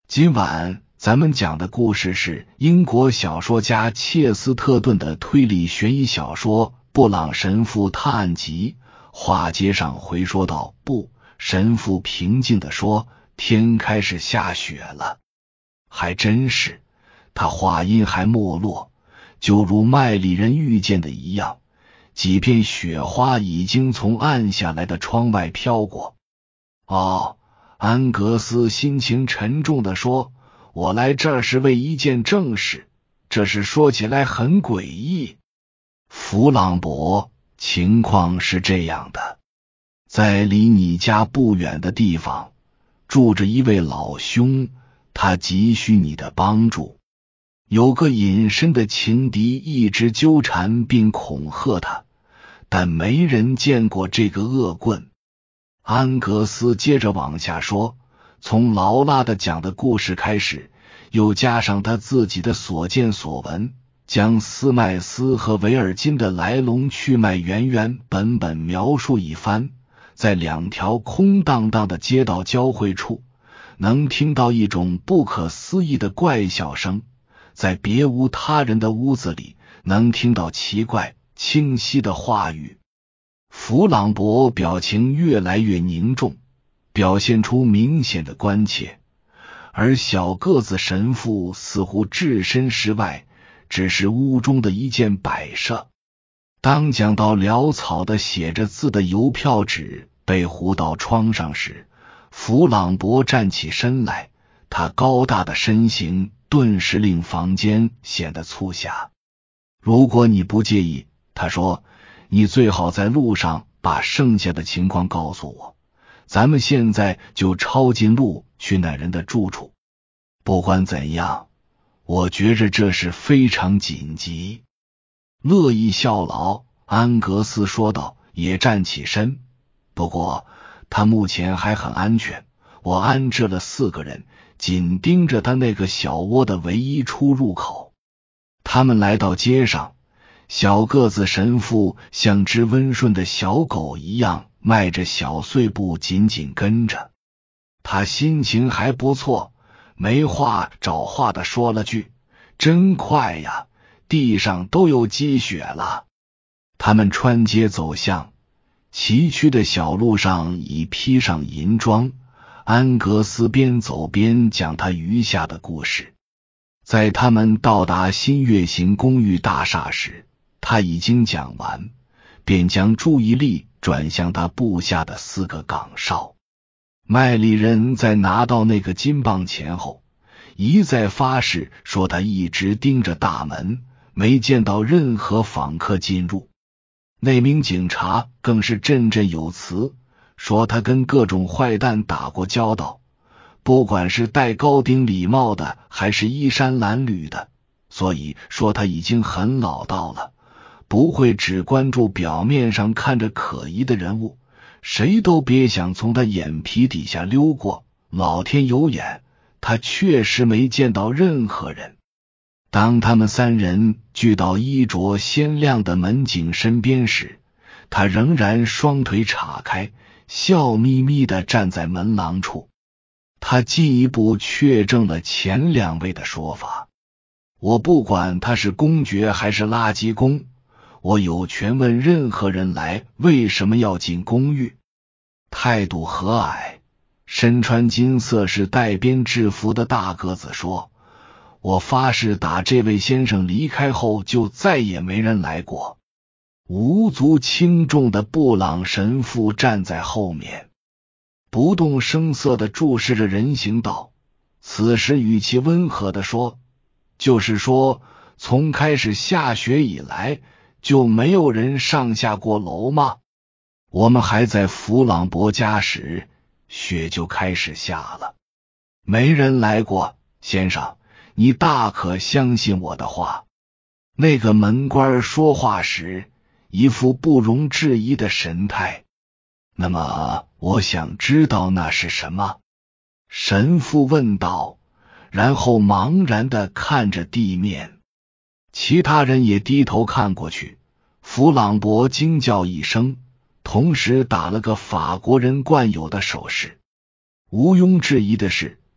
今晚咱们讲的故事是英国小说家切斯特顿的推理悬疑小说《布朗神父探案集》。话接上回说道，神父平静地说，天开始下雪了。还真是，他话音还没落，就如麦里人预见的一样，几片雪花已经从暗下来的窗外飘过。安格斯心情沉重地说，我来这儿是为一件正事，这事说起来很诡异。弗朗博，情况是这样的，在离你家不远的地方住着一位老兄，他急需你的帮助。有个隐身的情敌一直纠缠并恐吓他，但没人见过这个恶棍。安格斯接着往下说，从劳拉的讲的故事开始，又加上他自己的所见所闻，将斯麦斯和维尔金的来龙去脉原本描述一番。在两条空荡荡的街道交汇处，能听到一种不可思议的怪笑声，在别无他人的屋子里能听到奇怪清晰的话语。弗朗博表情越来越凝重，表现出明显的关切，而小个子神父似乎置身事外，只是屋中的一件摆设。当讲到潦草的写着字的邮票纸被糊到窗上时，弗朗博站起身来，他高大的身形顿时令房间显得粗狭。如果你不介意，他说，你最好在路上把剩下的情况告诉我，咱们现在就抄近路去那人的住处。不管怎样，我觉着这是非常紧急。乐意效劳，安格斯说道，也站起身。不过他目前还很安全，我安置了4个人，紧盯着他那个小窝的唯一出入口。他们来到街上，小个子神父像只温顺的小狗一样迈着小碎步紧紧跟着。他心情还不错，没话找话地说了句，真快呀，地上都有积雪了。他们穿街走巷，崎岖的小路上已披上银装。安格斯边走边讲他余下的故事。在他们到达新月形公寓大厦时，他已经讲完，便将注意力转向他部下的4个岗哨。麦里人在拿到那个金棒前后，一再发誓说他一直盯着大门，没见到任何访客进入。那名警察更是振振有词，说他跟各种坏蛋打过交道，不管是戴高顶礼帽的还是衣衫褴褛的，所以说他已经很老道了，不会只关注表面上看着可疑的人物，谁都别想从他眼皮底下溜过。老天有眼，他确实没见到任何人。当他们3人聚到衣着鲜亮的门警身边时，他仍然双腿岔开，笑眯眯地站在门廊处。他进一步确证了前2位的说法，我不管他是公爵还是垃圾工，我有权问任何人来为什么要进公寓。态度和蔼，身穿金色是带边制服的大个子说，我发誓打这位先生离开后就再也没人来过。无足轻重的布朗神父站在后面，不动声色地注视着人行道，此时语气温和地说，就是说从开始下雪以来就没有人上下过楼吗？我们还在弗朗博家时，雪就开始下了。没人来过，先生，你大可相信我的话。那个门官说话时一副不容置疑的神态。那么我想知道那是什么？神父问道，然后茫然地看着地面。其他人也低头看过去。弗朗博惊叫一声，同时打了个法国人惯有的手势。毋庸置疑的是，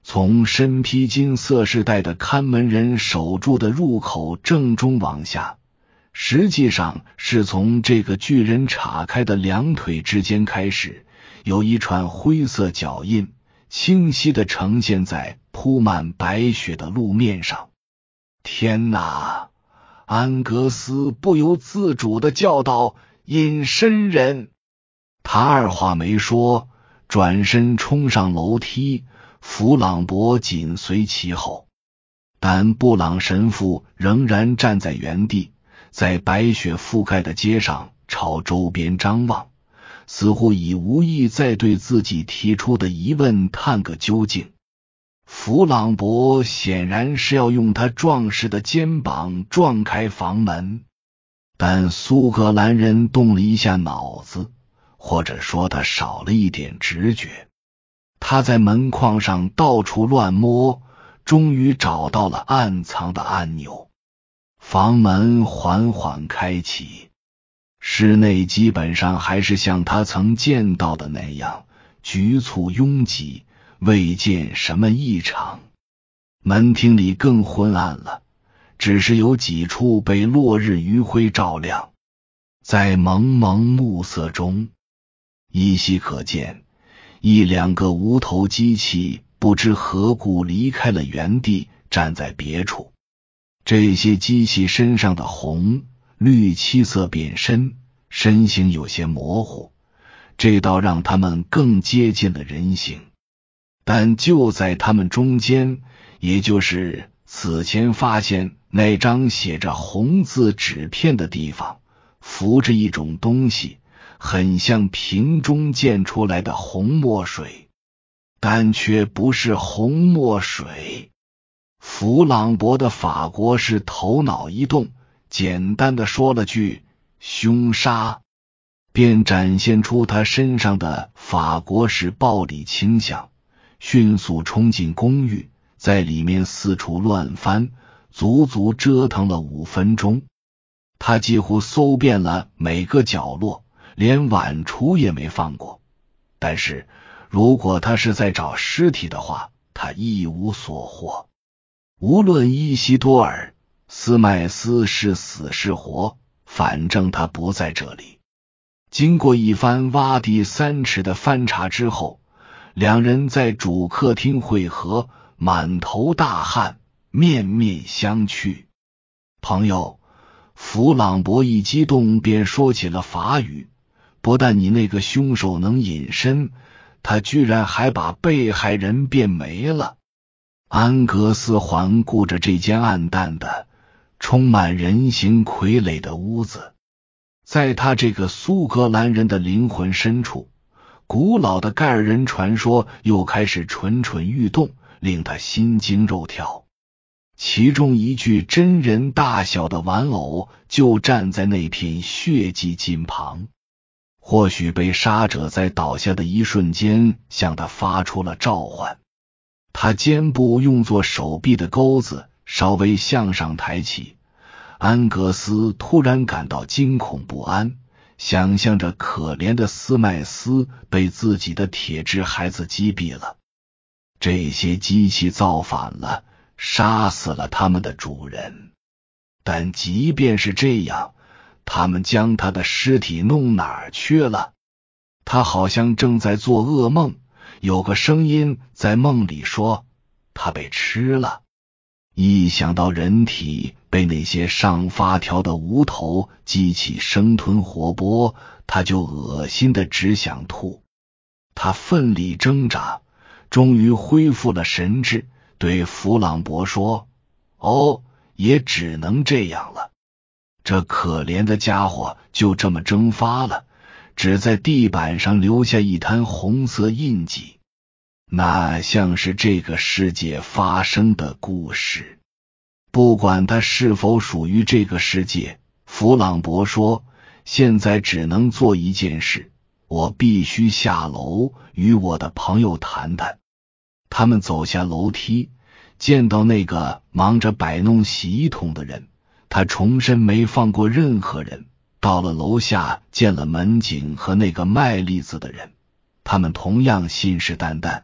从身披金色饰带的看门人守住的入口正中往下，实际上是从这个巨人岔开的两腿之间开始，有一串灰色脚印，清晰地呈现在铺满白雪的路面上。天哪！安格斯不由自主地叫道：隐身人！他二话没说，转身冲上楼梯，弗朗博紧随其后。但布朗神父仍然站在原地，在白雪覆盖的街上朝周边张望，似乎已无意再对自己提出的疑问探个究竟。弗朗博显然是要用他壮实的肩膀撞开房门，但苏格兰人动了一下脑子，或者说他少了一点直觉。他在门框上到处乱摸，终于找到了暗藏的按钮。房门缓缓开启，室内基本上还是像他曾见到的那样局促拥挤，未见什么异常。门厅里更昏暗了，只是有几处被落日余晖照亮。在蒙蒙暮色中，依稀可见一两个无头机器不知何故离开了原地，站在别处。这些机器身上的红、绿七色变身，身形有些模糊，这倒让他们更接近了人形。但就在他们中间，也就是此前发现那张写着红字纸片的地方，浮着一种东西，很像瓶中溅出来的红墨水，但却不是红墨水。弗朗博的法国式头脑一动，简单的说了句凶杀，便展现出他身上的法国式暴力倾向，迅速冲进公寓，在里面四处乱翻，足足折腾了5分钟。他几乎搜遍了每个角落，连碗橱也没放过。但是如果他是在找尸体的话，他一无所获。无论伊西多尔·斯麦斯是死是活，反正他不在这里。经过一番挖地3尺的翻查之后，两人在主客厅会合，满头大汗，面面相觑。朋友，弗朗博一激动便说起了法语，不但你那个凶手能隐身，他居然还把被害人变没了。安格斯环顾着这间暗淡的、充满人形傀儡的屋子，在他这个苏格兰人的灵魂深处，古老的盖尔人传说又开始蠢蠢欲动，令他心惊肉跳。其中一具真人大小的玩偶就站在那片血迹近旁，或许被杀者在倒下的一瞬间向他发出了召唤。他肩部用作手臂的钩子稍微向上抬起，安格斯突然感到惊恐不安，想象着可怜的斯麦斯被自己的铁质孩子击毙了。这些机器造反了，杀死了他们的主人。但即便是这样，他们将他的尸体弄哪儿去了？他好像正在做噩梦，有个声音在梦里说他被吃了。一想到人体被那些上发条的无头机器生吞活剥，他就恶心的只想吐。他奋力挣扎，终于恢复了神智，对弗朗博说：哦，也只能这样了。这可怜的家伙就这么蒸发了，只在地板上留下一滩红色印记。那像是这个世界发生的故事。不管它是否属于这个世界，弗朗博说，现在只能做一件事，我必须下楼与我的朋友谈谈。他们走下楼梯，见到那个忙着摆弄洗衣桶的人，他重申没放过任何人。到了楼下，见了门警和那个卖栗子的人，他们同样信誓旦旦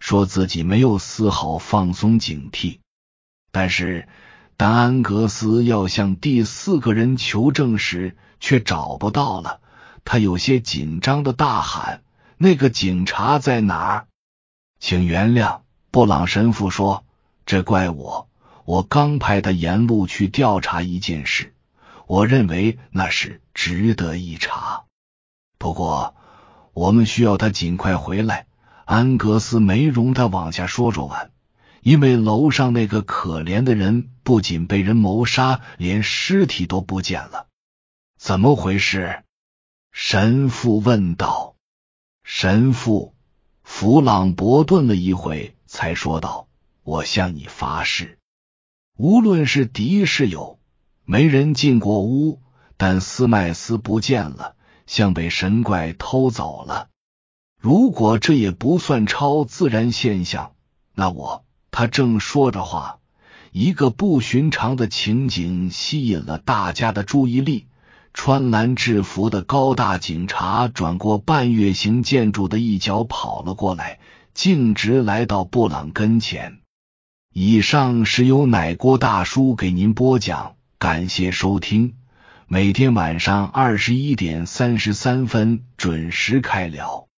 说自己没有丝毫放松警惕。但是当安格斯要向第4个人求证时，却找不到了。他有些紧张的大喊：那个警察在哪儿？请原谅，布朗神父说，这怪我，我刚派他沿路去调查一件事，我认为那是值得一查。不过我们需要他尽快回来。安格斯没容他往下说完，因为楼上那个可怜的人不仅被人谋杀，连尸体都不见了。怎么回事？神父问道。神父弗朗博顿了一会，才说道，我向你发誓，无论是敌是友，没人进过屋，但斯麦斯不见了，像被神怪偷走了。如果这也不算超自然现象，那他正说着话，一个不寻常的情景吸引了大家的注意力。穿蓝制服的高大警察转过半月形建筑的一角跑了过来，径直来到布朗跟前。以上是由奶锅大叔给您播讲，感谢收听。每天晚上21:33准时开聊。